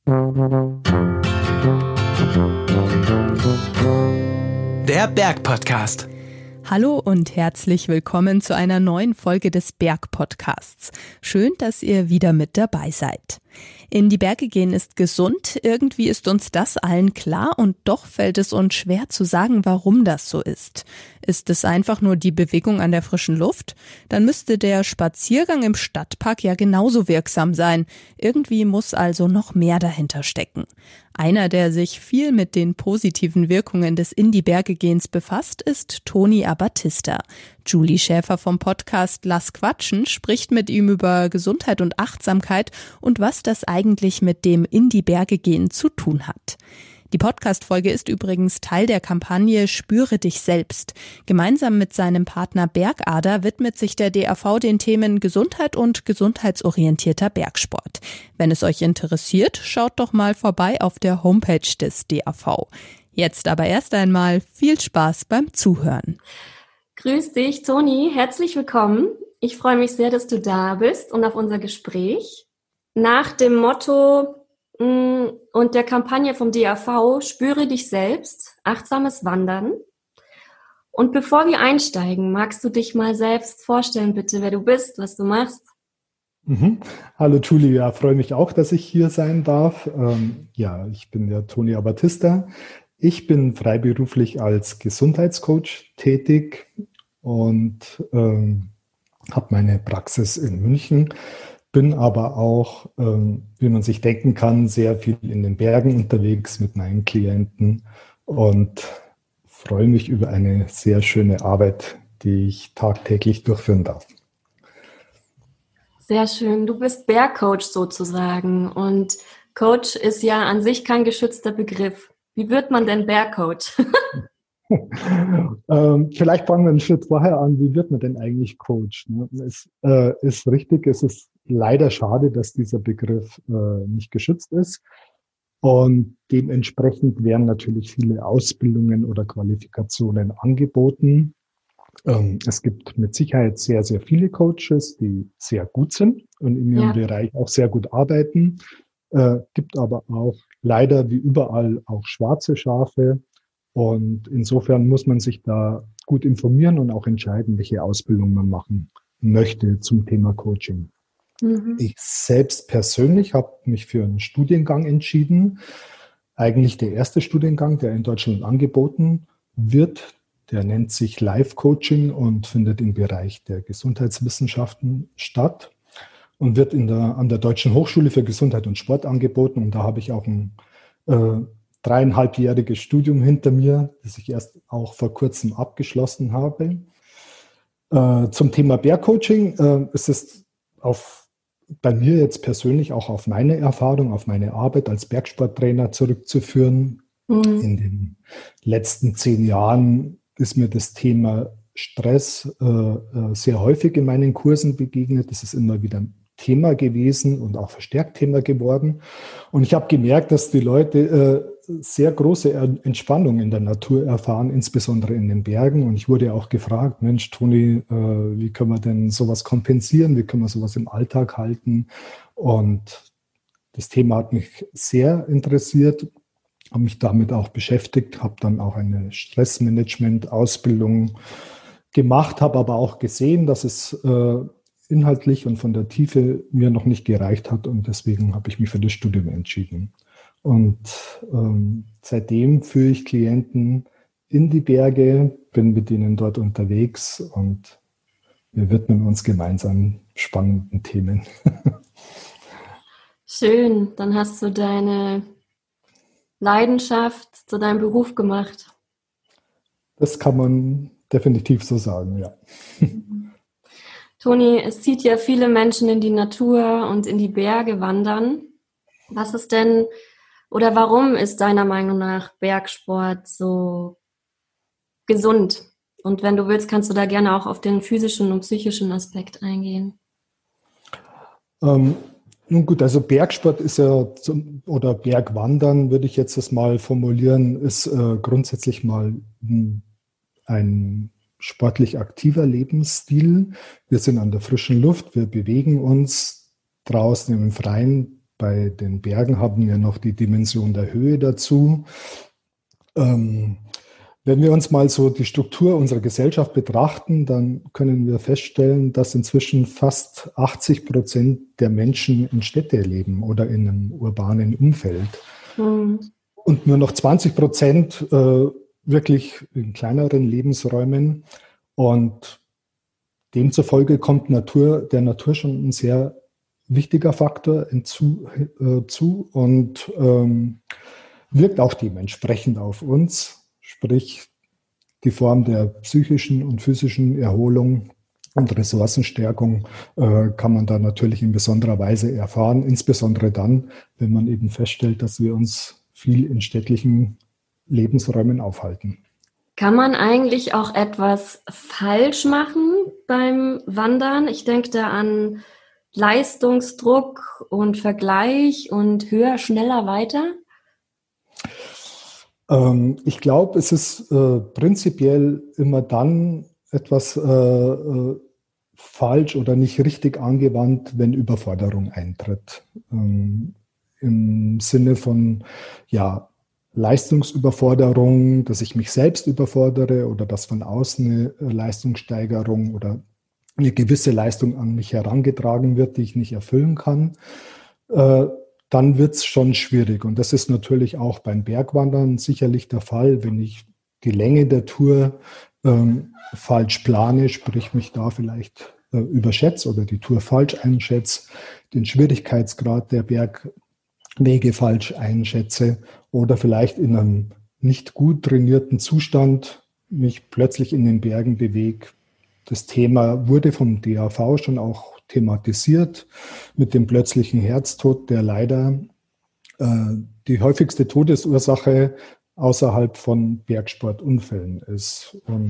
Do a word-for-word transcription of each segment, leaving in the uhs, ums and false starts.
Der Berg-Podcast. Hallo und herzlich willkommen zu einer neuen Folge des Berg-Podcasts. Schön, dass ihr wieder mit dabei seid. In die Berge gehen ist gesund, irgendwie ist uns das allen klar und doch fällt es uns schwer zu sagen, warum das so ist. Ist es einfach nur die Bewegung an der frischen Luft? Dann müsste der Spaziergang im Stadtpark ja genauso wirksam sein. Irgendwie muss also noch mehr dahinter stecken. Einer, der sich viel mit den positiven Wirkungen des In die Berge Gehens befasst, ist Toni Abatista. Julie Schäfer vom Podcast Lass Quatschen spricht mit ihm über Gesundheit und Achtsamkeit und was das eigentlich mit dem In die Berge Gehen zu tun hat. Die Podcast-Folge ist übrigens Teil der Kampagne Spüre dich selbst. Gemeinsam mit seinem Partner Bergader widmet sich der D A V den Themen Gesundheit und gesundheitsorientierter Bergsport. Wenn es euch interessiert, schaut doch mal vorbei auf der Homepage des D A V. Jetzt aber erst einmal viel Spaß beim Zuhören. Grüß dich, Toni. Herzlich willkommen. Ich freue mich sehr, dass du da bist und auf unser Gespräch. Nach dem Motto und der Kampagne vom D A V Spüre dich selbst, achtsames Wandern. Und bevor wir einsteigen, magst du dich mal selbst vorstellen, bitte, wer du bist, was du machst? Mhm. Hallo Julie, ja, freue mich auch, dass ich hier sein darf. Ähm, ja, ich bin der Toni Abatista. Ich bin freiberuflich als Gesundheitscoach tätig und ähm, habe meine Praxis in München. Bin aber auch, ähm, wie man sich denken kann, sehr viel in den Bergen unterwegs mit meinen Klienten und freue mich über eine sehr schöne Arbeit, die ich tagtäglich durchführen darf. Sehr schön. Du bist Bergcoach sozusagen und Coach ist ja an sich kein geschützter Begriff. Wie wird man denn Bergcoach? ähm, vielleicht fangen wir einen Schritt vorher an. Wie wird man denn eigentlich Coach? Ne? Es äh, ist richtig, es ist leider schade, dass dieser Begriff äh, nicht geschützt ist. Und dementsprechend werden natürlich viele Ausbildungen oder Qualifikationen angeboten. Ähm, es gibt mit Sicherheit sehr, sehr viele Coaches, die sehr gut sind und in ihrem ja. Bereich auch sehr gut arbeiten. Äh, gibt aber auch leider wie überall auch schwarze Schafe. Und insofern muss man sich da gut informieren und auch entscheiden, welche Ausbildung man machen möchte zum Thema Coaching. Mhm. Ich selbst persönlich habe mich für einen Studiengang entschieden. Eigentlich der erste Studiengang, der in Deutschland angeboten wird. Der nennt sich Life Coaching und findet im Bereich der Gesundheitswissenschaften statt und wird in der, an der Deutschen Hochschule für Gesundheit und Sport angeboten. Und da habe ich auch ein äh, dreieinhalbjähriges Studium hinter mir, das ich erst auch vor kurzem abgeschlossen habe. Äh, zum Thema Bergcoaching äh, ist es auf bei mir jetzt persönlich auch auf meine Erfahrung, auf meine Arbeit als Bergsporttrainer zurückzuführen. Mhm. In den letzten zehn Jahren ist mir das Thema Stress äh, sehr häufig in meinen Kursen begegnet. Das ist immer wieder ein Thema gewesen und auch verstärkt Thema geworden. Und ich habe gemerkt, dass die Leute äh, sehr große Entspannung in der Natur erfahren, insbesondere in den Bergen. Und ich wurde auch gefragt, Mensch, Toni, äh, wie können wir denn sowas kompensieren? Wie können wir sowas im Alltag halten? Und das Thema hat mich sehr interessiert, habe mich damit auch beschäftigt, habe dann auch eine Stressmanagement-Ausbildung gemacht, habe aber auch gesehen, dass es äh, inhaltlich und von der Tiefe mir noch nicht gereicht hat. Und deswegen habe ich mich für das Studium entschieden. Und ähm, seitdem führe ich Klienten in die Berge, bin mit ihnen dort unterwegs und wir widmen uns gemeinsam spannenden Themen. Schön, dann hast du deine Leidenschaft zu deinem Beruf gemacht. Das kann man definitiv so sagen, ja. Toni, es zieht ja viele Menschen in die Natur und in die Berge wandern. Was ist denn oder warum ist deiner Meinung nach Bergsport so gesund? Und wenn du willst, kannst du da gerne auch auf den physischen und psychischen Aspekt eingehen. Ähm, nun gut, also Bergsport ist ja, zum, oder Bergwandern, würde ich jetzt das mal formulieren, ist äh, grundsätzlich mal ein, ein sportlich aktiver Lebensstil. Wir sind an der frischen Luft, wir bewegen uns draußen im Freien. bei den Bergen haben wir noch die Dimension der Höhe dazu. Ähm, wenn wir uns mal so die Struktur unserer Gesellschaft betrachten, dann können wir feststellen, dass inzwischen fast achtzig Prozent der Menschen in Städte leben oder in einem urbanen Umfeld. Mhm. Und nur noch zwanzig Prozent äh, wirklich in kleineren Lebensräumen. Und demzufolge kommt Natur, der Natur schon ein sehr wichtiger Faktor hinzu, äh, zu und ähm, wirkt auch dementsprechend auf uns. Sprich, die Form der psychischen und physischen Erholung und Ressourcenstärkung äh, kann man da natürlich in besonderer Weise erfahren, insbesondere dann, wenn man eben feststellt, dass wir uns viel in städtlichen Lebensräumen aufhalten. Kann man eigentlich auch etwas falsch machen beim Wandern? Ich denke da an Leistungsdruck und Vergleich und höher, schneller, weiter. Ich glaube, es ist äh, prinzipiell immer dann etwas äh, äh, falsch oder nicht richtig angewandt, wenn Überforderung eintritt. Ähm, im Sinne von ja, Leistungsüberforderung, dass ich mich selbst überfordere oder dass von außen eine Leistungssteigerung oder eine gewisse Leistung an mich herangetragen wird, die ich nicht erfüllen kann. Äh, dann wird es schon schwierig. Und das ist natürlich auch beim Bergwandern sicherlich der Fall, wenn ich die Länge der Tour ähm, falsch plane, sprich mich da vielleicht äh, überschätze oder die Tour falsch einschätze, den Schwierigkeitsgrad der Bergwege falsch einschätze oder vielleicht in einem nicht gut trainierten Zustand mich plötzlich in den Bergen bewege. Das Thema wurde vom D A V schon auch thematisiert mit dem plötzlichen Herztod, der leider äh, die häufigste Todesursache außerhalb von Bergsportunfällen ist. Und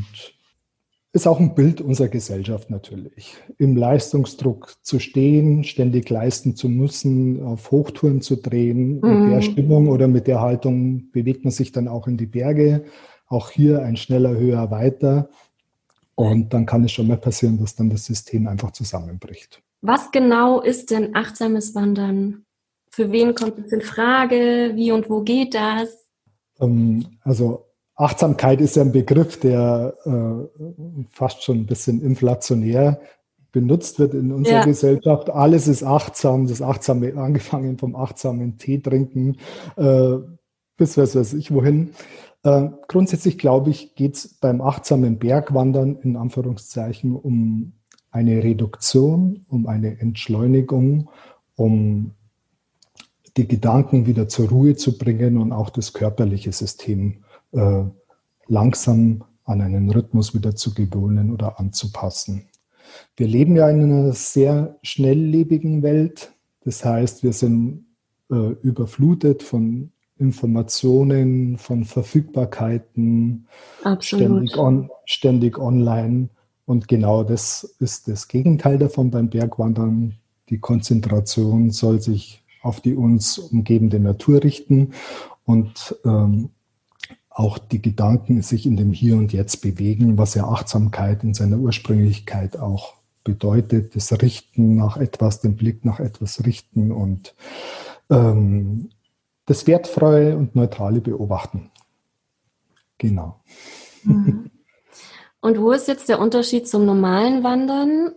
ist auch ein Bild unserer Gesellschaft natürlich. Im Leistungsdruck zu stehen, ständig leisten zu müssen, auf Hochtouren zu drehen. Mhm. Mit der Stimmung oder mit der Haltung bewegt man sich dann auch in die Berge. Auch hier ein schneller, höher, weiter. Und dann kann es schon mal passieren, dass dann das System einfach zusammenbricht. Was genau ist denn achtsames Wandern? Für wen kommt es in Frage? Wie und wo geht das? Also Achtsamkeit ist ja ein Begriff, der äh, fast schon ein bisschen inflationär benutzt wird in unserer ja. Gesellschaft. Alles ist achtsam, das Achtsame, angefangen vom achtsamen Tee trinken äh, bis was weiß ich wohin. Äh, grundsätzlich, glaube ich, geht es beim achtsamen Bergwandern in Anführungszeichen um eine Reduktion, um eine Entschleunigung, um die Gedanken wieder zur Ruhe zu bringen und auch das körperliche System äh, langsam an einen Rhythmus wieder zu gewöhnen oder anzupassen. Wir leben ja in einer sehr schnelllebigen Welt. Das heißt, wir sind äh, überflutet von Informationen, von Verfügbarkeiten, ständig, on, ständig online. Und genau das ist das Gegenteil davon beim Bergwandern. Die Konzentration soll sich auf die uns umgebende Natur richten und ähm, auch die Gedanken sich in dem Hier und Jetzt bewegen, was ja Achtsamkeit in seiner Ursprünglichkeit auch bedeutet. Das Richten nach etwas, den Blick nach etwas richten und ähm, das wertfreie und neutrale Beobachten. Genau. Mhm. Und wo ist jetzt der Unterschied zum normalen Wandern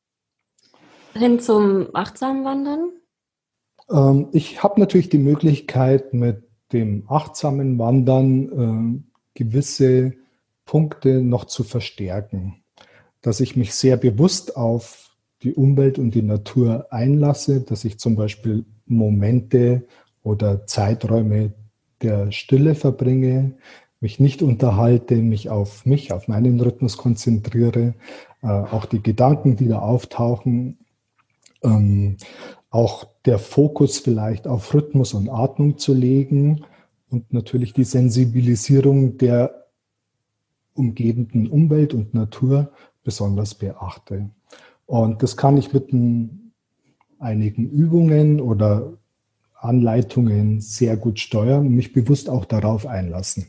hin zum achtsamen Wandern? Ähm, ich habe natürlich die Möglichkeit, mit dem achtsamen Wandern äh, gewisse Punkte noch zu verstärken. Dass ich mich sehr bewusst auf die Umwelt und die Natur einlasse, dass ich zum Beispiel Momente oder Zeiträume der Stille verbringe, mich nicht unterhalte, mich auf mich, auf meinen Rhythmus konzentriere, äh, auch die Gedanken, die da auftauchen, ähm, auch der Fokus vielleicht auf Rhythmus und Atmung zu legen und natürlich die Sensibilisierung der umgebenden Umwelt und Natur besonders beachte. Und das kann ich mit ein, einigen Übungen oder Anleitungen sehr gut steuern und mich bewusst auch darauf einlassen.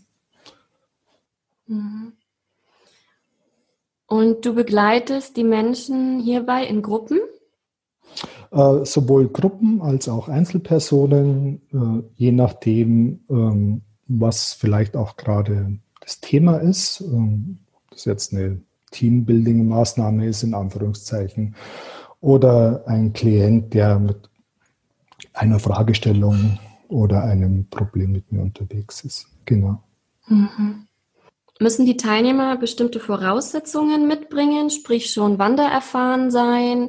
Und du begleitest die Menschen hierbei in Gruppen? Äh, sowohl Gruppen als auch Einzelpersonen, äh, je nachdem, ähm, was vielleicht auch gerade das Thema ist. Ähm, das jetzt eine Teambuilding-Maßnahme ist, in Anführungszeichen, oder ein Klient, der mit einer Fragestellung oder einem Problem mit mir unterwegs ist. Genau. Mhm. Müssen die Teilnehmer bestimmte Voraussetzungen mitbringen, sprich schon wandererfahren sein?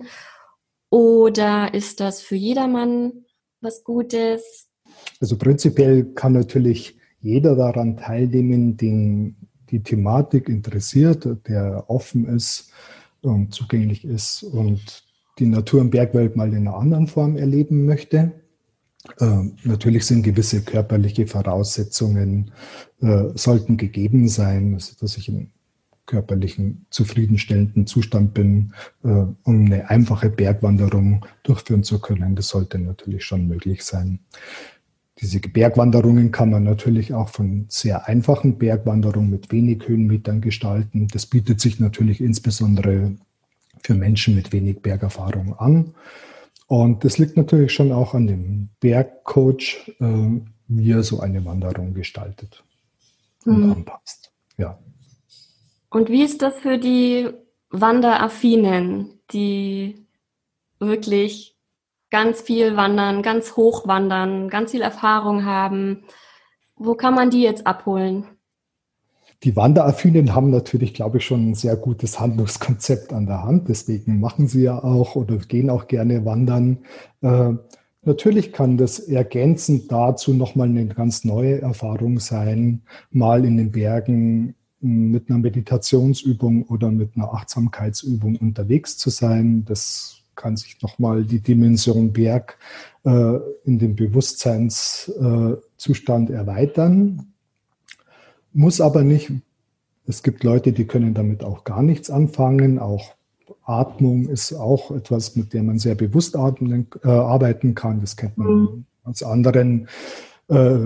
Oder ist das für jedermann was Gutes? Also prinzipiell kann natürlich jeder daran teilnehmen, den die Thematik interessiert, der offen ist und zugänglich ist und die Natur- und Bergwelt mal in einer anderen Form erleben möchte. Äh, natürlich sind gewisse körperliche Voraussetzungen, äh, sollten gegeben sein, also dass ich in körperlichen zufriedenstellenden Zustand bin, äh, um eine einfache Bergwanderung durchführen zu können. Das sollte natürlich schon möglich sein. Diese Bergwanderungen kann man natürlich auch von sehr einfachen Bergwanderungen mit wenig Höhenmetern gestalten. Das bietet sich natürlich insbesondere für Menschen mit wenig Bergerfahrung an. Und das liegt natürlich schon auch an dem Bergcoach, äh, wie er so eine Wanderung gestaltet und mhm. anpasst. Ja. Und wie ist das für die Wanderaffinen, die wirklich ganz viel wandern, ganz hoch wandern, ganz viel Erfahrung haben? Wo kann man die jetzt abholen? Die Wanderaffinen haben natürlich, glaube ich, schon ein sehr gutes Handlungskonzept an der Hand. Deswegen machen sie ja auch oder gehen auch gerne wandern. Äh, natürlich kann das ergänzend dazu nochmal eine ganz neue Erfahrung sein, mal in den Bergen mit einer Meditationsübung oder mit einer Achtsamkeitsübung unterwegs zu sein. Das kann sich nochmal die Dimension Berg äh, in dem Bewusstseinszustand äh, erweitern. Muss aber nicht. Es gibt Leute, die können damit auch gar nichts anfangen. Auch Atmung ist auch etwas, mit dem man sehr bewusst atmen, äh, arbeiten kann. Das kennt man mhm. aus anderen äh,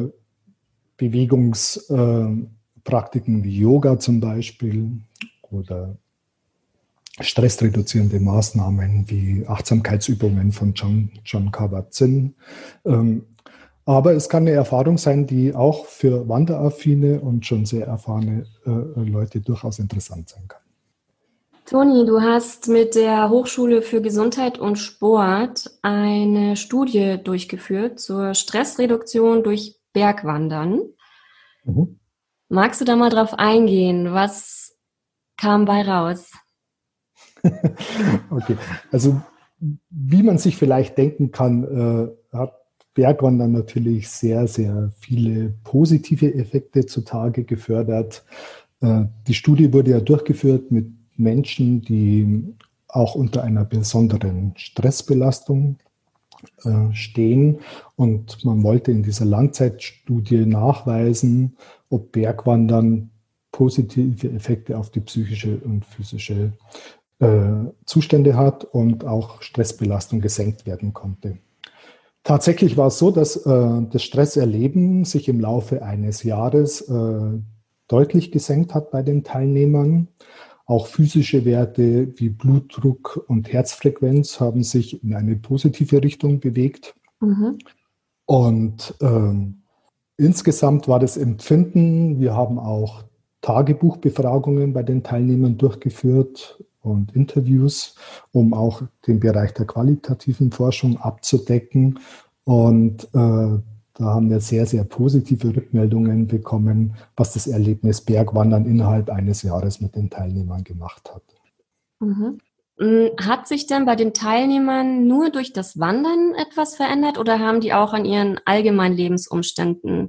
Bewegungspraktiken äh, wie Yoga zum Beispiel oder stressreduzierende Maßnahmen wie Achtsamkeitsübungen von John, John Kabat-Zinn. Ähm, Aber es kann eine Erfahrung sein, die auch für wanderaffine und schon sehr erfahrene äh, Leute durchaus interessant sein kann. Toni, du hast mit der Hochschule für Gesundheit und Sport eine Studie durchgeführt zur Stressreduktion durch Bergwandern. Mhm. Magst du da mal drauf eingehen? Was kam bei raus? Okay, also wie man sich vielleicht denken kann, äh, hat Bergwandern natürlich sehr, sehr viele positive Effekte zutage gefördert. Die Studie wurde ja durchgeführt mit Menschen, die auch unter einer besonderen Stressbelastung stehen. Und man wollte in dieser Langzeitstudie nachweisen, ob Bergwandern positive Effekte auf die psychische und physische Zustände hat und auch Stressbelastung gesenkt werden konnte. Tatsächlich war es so, dass äh, das Stresserleben sich im Laufe eines Jahres äh, deutlich gesenkt hat bei den Teilnehmern. Auch physische Werte wie Blutdruck und Herzfrequenz haben sich in eine positive Richtung bewegt. Mhm. Und ähm, insgesamt war das Empfinden, wir haben auch Tagebuchbefragungen bei den Teilnehmern durchgeführt und Interviews, um auch den Bereich der qualitativen Forschung abzudecken. Und äh, da haben wir sehr, sehr positive Rückmeldungen bekommen, was das Erlebnis Bergwandern innerhalb eines Jahres mit den Teilnehmern gemacht hat. Mhm. Hat sich denn bei den Teilnehmern nur durch das Wandern etwas verändert oder haben die auch an ihren allgemeinen Lebensumständen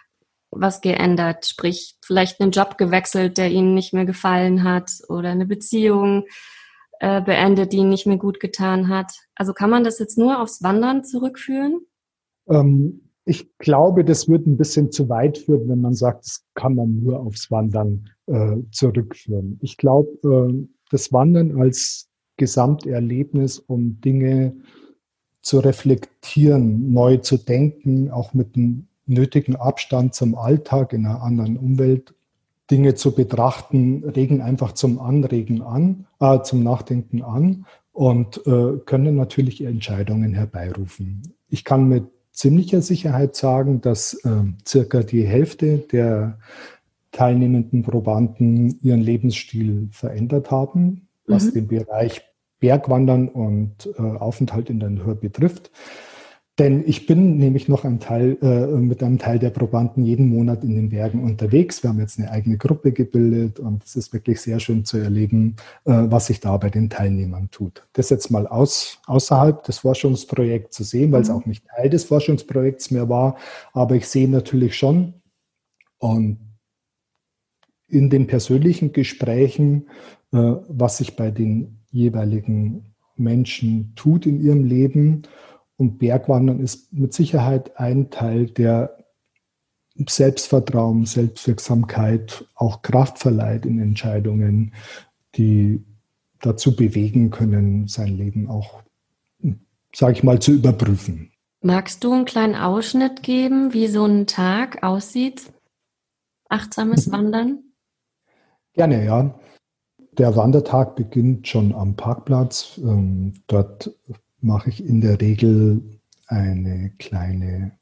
was geändert? Sprich, vielleicht einen Job gewechselt, der ihnen nicht mehr gefallen hat oder eine Beziehung äh, beendet, die ihnen nicht mehr gut getan hat. Also kann man das jetzt nur aufs Wandern zurückführen? Ähm, ich glaube, das wird ein bisschen zu weit führen, wenn man sagt, das kann man nur aufs Wandern äh, zurückführen. Ich glaube, äh, das Wandern als Gesamterlebnis, um Dinge zu reflektieren, neu zu denken, auch mit einem nötigen Abstand zum Alltag in einer anderen Umwelt, Dinge zu betrachten, regen einfach zum Anregen an, äh, zum Nachdenken an. und äh, können natürlich Entscheidungen herbeirufen. Ich kann mit ziemlicher Sicherheit sagen, dass äh, circa die Hälfte der teilnehmenden Probanden ihren Lebensstil verändert haben, was mhm. den Bereich Bergwandern und äh, Aufenthalt in der Natur betrifft. Denn ich bin nämlich noch ein Teil, äh, mit einem Teil der Probanden jeden Monat in den Bergen unterwegs. Wir haben jetzt eine eigene Gruppe gebildet und es ist wirklich sehr schön zu erleben, äh, was sich da bei den Teilnehmern tut. Das jetzt mal aus, außerhalb des Forschungsprojekts zu sehen, weil mhm. es auch nicht Teil des Forschungsprojekts mehr war. Aber ich sehe natürlich schon und in den persönlichen Gesprächen, äh, was sich bei den jeweiligen Menschen tut in ihrem Leben. Und Bergwandern ist mit Sicherheit ein Teil, der Selbstvertrauen, Selbstwirksamkeit, auch Kraft verleiht in Entscheidungen, die dazu bewegen können, sein Leben auch, sage ich mal, zu überprüfen. Magst du einen kleinen Ausschnitt geben, wie so ein Tag aussieht? Achtsames Wandern? Gerne, ja. Der Wandertag beginnt schon am Parkplatz. Ähm, dort mache ich in der Regel eine kleine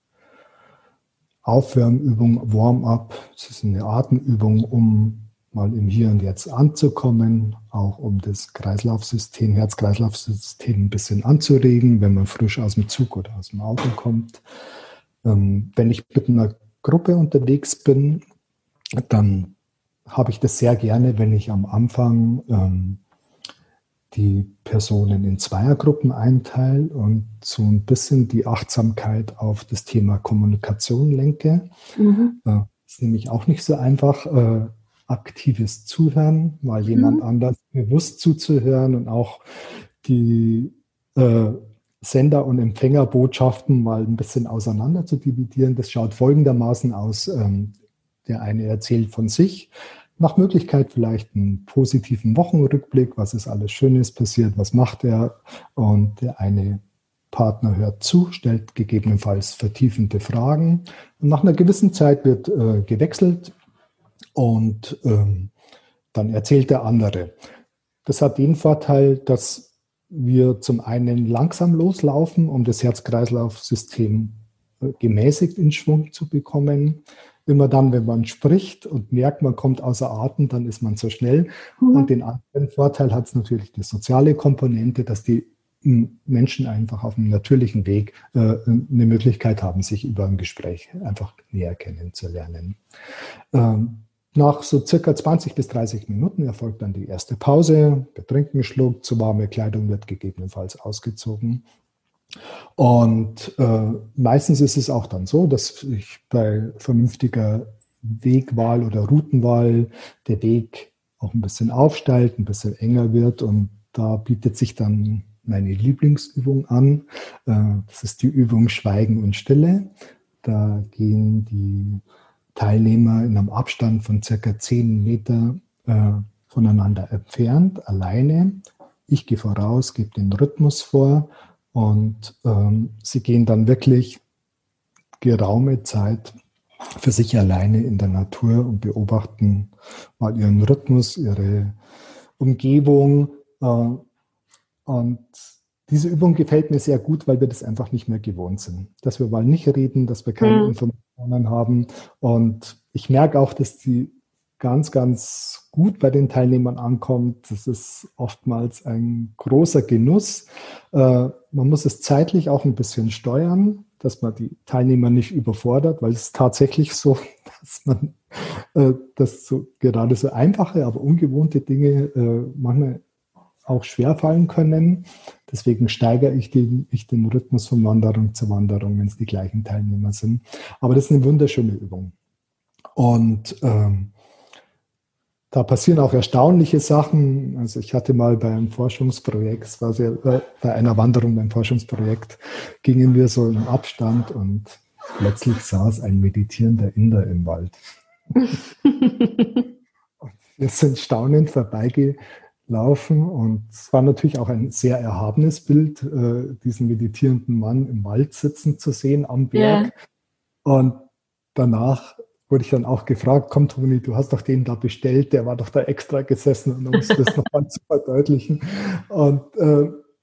Aufwärmübung, Warm-up. Das ist eine Atemübung, um mal im Hier und Jetzt anzukommen, auch um das Kreislaufsystem, Herz-Kreislauf-System ein bisschen anzuregen, wenn man frisch aus dem Zug oder aus dem Auto kommt. Ähm, wenn ich mit einer Gruppe unterwegs bin, dann habe ich das sehr gerne, wenn ich am Anfang ähm, die Personen in Zweiergruppen einteile und so ein bisschen die Achtsamkeit auf das Thema Kommunikation lenke. Mhm. Das ist nämlich auch nicht so einfach, äh, aktives Zuhören, mal mhm. jemand anders bewusst zuzuhören und auch die äh, Sender- und Empfängerbotschaften mal ein bisschen auseinander zu dividieren. Das schaut folgendermaßen aus. Ähm, der eine erzählt von sich, nach Möglichkeit vielleicht einen positiven Wochenrückblick, was ist alles Schönes passiert, was macht er, und der eine Partner hört zu, stellt gegebenenfalls vertiefende Fragen und nach einer gewissen Zeit wird äh, gewechselt und ähm, dann erzählt der andere. Das hat den Vorteil, dass wir zum einen langsam loslaufen, um das Herz-Kreislauf-System äh, gemäßigt in Schwung zu bekommen. Immer dann, wenn man spricht und merkt, man kommt außer Atem, dann ist man zu schnell. Mhm. Und den anderen Vorteil hat es natürlich die soziale Komponente, dass die Menschen einfach auf einem natürlichen Weg äh, eine Möglichkeit haben, sich über ein Gespräch einfach näher kennenzulernen. Ähm, nach so circa zwanzig bis dreißig Minuten erfolgt dann die erste Pause. Wir trinken einen Schluck, zu warme Kleidung wird gegebenenfalls ausgezogen. Und äh, meistens ist es auch dann so, dass ich bei vernünftiger Wegwahl oder Routenwahl der Weg auch ein bisschen aufsteigt, ein bisschen enger wird, und da bietet sich dann meine Lieblingsübung an. Äh, das ist die Übung Schweigen und Stille. Da gehen die Teilnehmer in einem Abstand von circa zehn Meter äh, voneinander entfernt, alleine. Ich gehe voraus, gebe den Rhythmus vor. Und ähm, sie gehen dann wirklich geraume Zeit für sich alleine in der Natur und beobachten mal ihren Rhythmus, ihre Umgebung. Äh, und diese Übung gefällt mir sehr gut, weil wir das einfach nicht mehr gewohnt sind. Dass wir mal nicht reden, dass wir keine mhm. Informationen haben. Und ich merke auch, dass die ganz, ganz gut bei den Teilnehmern ankommt. Das ist oftmals ein großer Genuss. Äh, man muss es zeitlich auch ein bisschen steuern, dass man die Teilnehmer nicht überfordert, weil es ist tatsächlich so, dass man äh, dass so gerade so einfache, aber ungewohnte Dinge äh, manchmal auch schwerfallen können. Deswegen steigere ich den, ich den Rhythmus von Wanderung zu Wanderung, wenn es die gleichen Teilnehmer sind. Aber das ist eine wunderschöne Übung. Und ähm, da passieren auch erstaunliche Sachen. Also ich hatte mal bei einem Forschungsprojekt, es war sehr, äh, bei einer Wanderung beim Forschungsprojekt, gingen wir so im Abstand und plötzlich saß ein meditierender Inder im Wald. Und wir sind staunend vorbeigelaufen und es war natürlich auch ein sehr erhabenes Bild, äh, diesen meditierenden Mann im Wald sitzen zu sehen am Berg. Yeah. Und danach wurde ich dann auch gefragt, komm Toni, du hast doch den da bestellt, der war doch da extra gesessen, um uns das nochmal zu verdeutlichen. Und äh,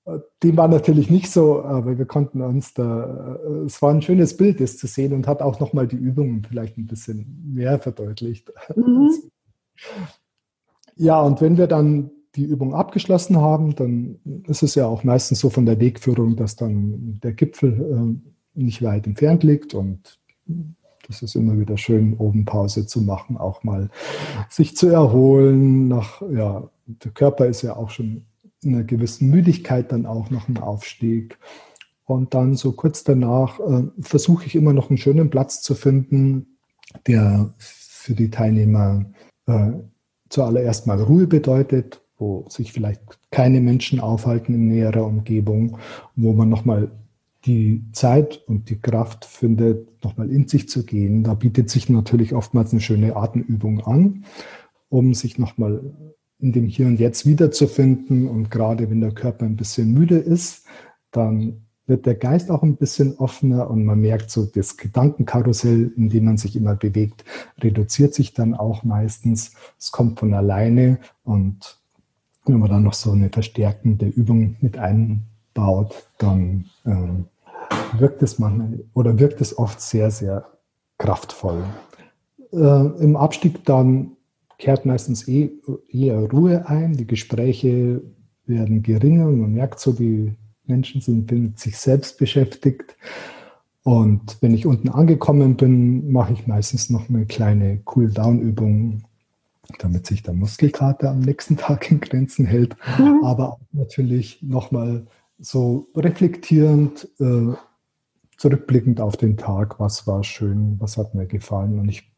dem war natürlich nicht so, aber wir konnten uns da, es war ein schönes Bild, das zu sehen und hat auch nochmal die Übungen vielleicht ein bisschen mehr verdeutlicht. Mhm. Ja, und wenn wir dann die Übung abgeschlossen haben, dann ist es ja auch meistens so von der Wegführung, dass dann der Gipfel äh, nicht weit entfernt liegt und das ist immer wieder schön, oben Pause zu machen, auch mal sich zu erholen. Nach, ja, der Körper ist ja auch schon in einer gewissen Müdigkeit dann auch nach dem Aufstieg. Und dann so kurz danach äh, versuche ich immer noch einen schönen Platz zu finden, der für die Teilnehmer äh, zuallererst mal Ruhe bedeutet, wo sich vielleicht keine Menschen aufhalten in näherer Umgebung, wo man nochmal die Zeit und die Kraft findet, nochmal in sich zu gehen. Da bietet sich natürlich oftmals eine schöne Atemübung an, um sich nochmal in dem Hier und Jetzt wiederzufinden. Und gerade wenn der Körper ein bisschen müde ist, dann wird der Geist auch ein bisschen offener und man merkt so, das Gedankenkarussell, in dem man sich immer bewegt, reduziert sich dann auch meistens. Es kommt von alleine und wenn man dann noch so eine verstärkende Übung mit einbaut, dann ähm, wirkt es manchmal oder wirkt es oft sehr, sehr kraftvoll. Äh, im Abstieg dann kehrt meistens eh, eher Ruhe ein, die Gespräche werden geringer und man merkt so, die Menschen sind mit sich selbst beschäftigt. Und wenn ich unten angekommen bin, mache ich meistens noch eine kleine Cool-Down-Übung, damit sich der Muskelkater am nächsten Tag in Grenzen hält. Mhm. Aber auch natürlich nochmal so reflektierend, äh, zurückblickend auf den Tag, was war schön, was hat mir gefallen. Und ich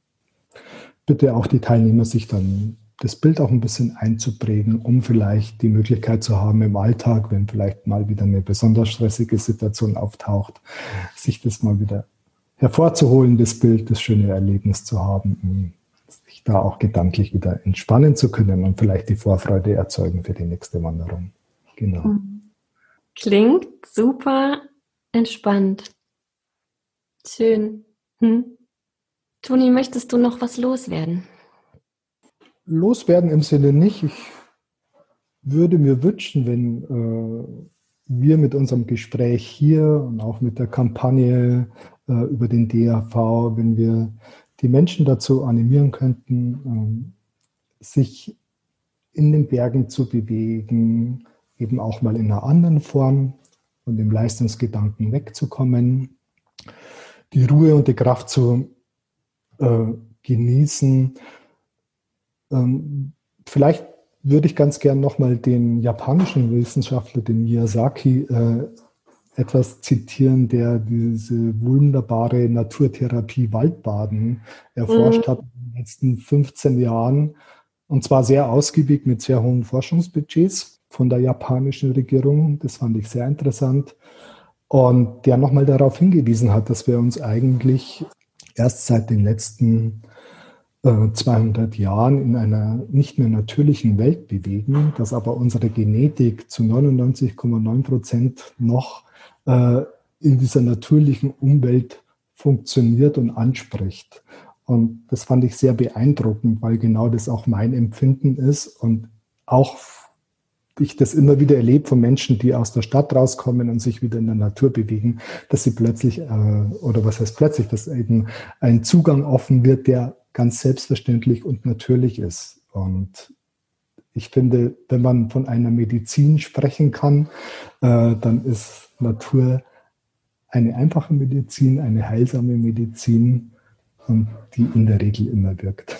bitte auch die Teilnehmer, sich dann das Bild auch ein bisschen einzuprägen, um vielleicht die Möglichkeit zu haben im Alltag, wenn vielleicht mal wieder eine besonders stressige Situation auftaucht, sich das mal wieder hervorzuholen, das Bild, das schöne Erlebnis zu haben, um sich da auch gedanklich wieder entspannen zu können und vielleicht die Vorfreude erzeugen für die nächste Wanderung. Genau. Klingt super entspannt. Schön. Hm. Toni, möchtest du noch was loswerden? Loswerden im Sinne nicht. Ich würde mir wünschen, wenn äh, wir mit unserem Gespräch hier und auch mit der Kampagne äh, über den D A V, wenn wir die Menschen dazu animieren könnten, äh, sich in den Bergen zu bewegen, eben auch mal in einer anderen Form und dem Leistungsgedanken wegzukommen, die Ruhe und die Kraft zu äh, genießen. Ähm, vielleicht würde ich ganz gern nochmal den japanischen Wissenschaftler, den Miyazaki, äh, etwas zitieren, der diese wunderbare Naturtherapie Waldbaden erforscht mhm. hat in den letzten fünfzehn Jahren. Und zwar sehr ausgiebig mit sehr hohen Forschungsbudgets von der japanischen Regierung. Das fand ich sehr interessant. Und der nochmal darauf hingewiesen hat, dass wir uns eigentlich erst seit den letzten zweihundert Jahren in einer nicht mehr natürlichen Welt bewegen, dass aber unsere Genetik zu neunundneunzig Komma neun Prozent noch äh, in dieser natürlichen Umwelt funktioniert und anspricht. Und das fand ich sehr beeindruckend, weil genau das auch mein Empfinden ist und auch ich das immer wieder erlebe von Menschen, die aus der Stadt rauskommen und sich wieder in der Natur bewegen, dass sie plötzlich, äh, oder was heißt plötzlich, dass eben ein Zugang offen wird, der ganz selbstverständlich und natürlich ist. Und ich finde, wenn man von einer Medizin sprechen kann, äh, dann ist Natur eine einfache Medizin, eine heilsame Medizin und die in der Regel immer wirkt.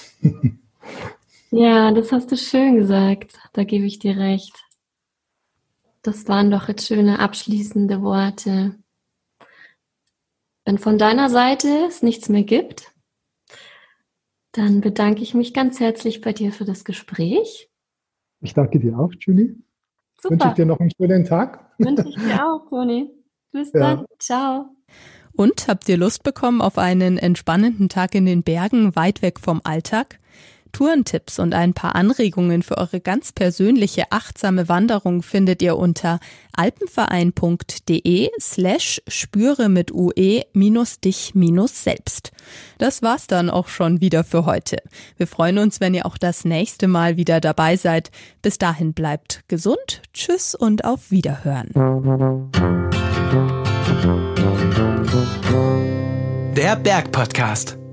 Ja, das hast du schön gesagt. Da gebe ich dir recht. Das waren doch jetzt schöne abschließende Worte. Wenn von deiner Seite es nichts mehr gibt, dann bedanke ich mich ganz herzlich bei dir für das Gespräch. Ich danke dir auch, Julie. Super. Wünsche ich dir noch einen schönen Tag. Wünsche ich dir auch, Toni. Bis dann. Ja. Ciao. Und habt ihr Lust bekommen auf einen entspannenden Tag in den Bergen, weit weg vom Alltag? Tourentipps und ein paar Anregungen für eure ganz persönliche achtsame Wanderung findet ihr unter alpenverein.de slash spüre mit ue minus dich minus selbst. Das war's dann auch schon wieder für heute. Wir freuen uns, wenn ihr auch das nächste Mal wieder dabei seid. Bis dahin bleibt gesund, tschüss und auf Wiederhören. Der Bergpodcast.